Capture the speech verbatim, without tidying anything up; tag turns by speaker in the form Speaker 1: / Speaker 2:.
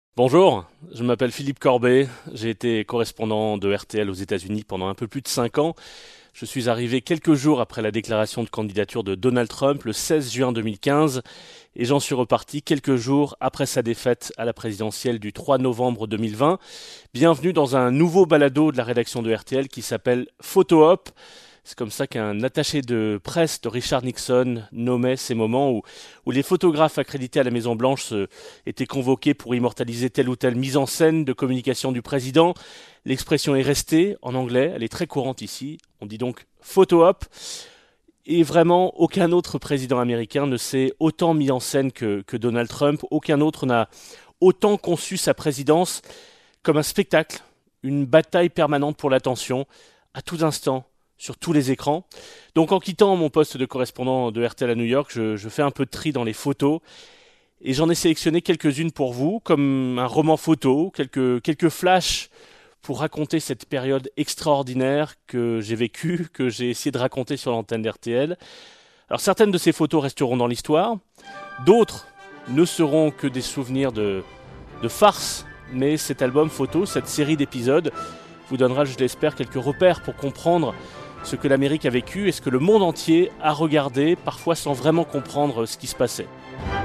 Speaker 1: Bonjour, je m'appelle Philippe Corbet, j'ai été correspondant de R T L aux États-Unis pendant un peu plus de cinq ans. Je suis arrivé quelques jours après la déclaration de candidature de Donald Trump le seize juin deux mille quinze et j'en suis reparti quelques jours après sa défaite à la présidentielle du trois novembre deux mille vingt. Bienvenue dans un nouveau balado de la rédaction de R T L qui s'appelle Photo Op. C'est comme ça qu'un attaché de presse de Richard Nixon nommait ces moments où, où les photographes accrédités à la Maison-Blanche se- étaient convoqués pour immortaliser telle ou telle mise en scène de communication du président. L'expression est restée en anglais, elle est très courante ici. On dit donc photo op. Et vraiment, aucun autre président américain ne s'est autant mis en scène que, que Donald Trump. Aucun autre n'a autant conçu sa présidence comme un spectacle, une bataille permanente pour l'attention, à tout instant, sur tous les écrans. Donc en quittant mon poste de correspondant de R T L à New York, je, je fais un peu de tri dans les photos, et j'en ai sélectionné quelques-unes pour vous, comme un roman photo, quelques, quelques flashs pour raconter cette période extraordinaire que j'ai vécue, que j'ai essayé de raconter sur l'antenne d'R T L. Alors certaines de ces photos resteront dans l'histoire, d'autres ne seront que des souvenirs de, de farce, mais cet album photo, cette série d'épisodes, vous donnera, je l'espère, quelques repères pour comprendre ce que l'Amérique a vécu et ce que le monde entier a regardé, parfois sans vraiment comprendre ce qui se passait.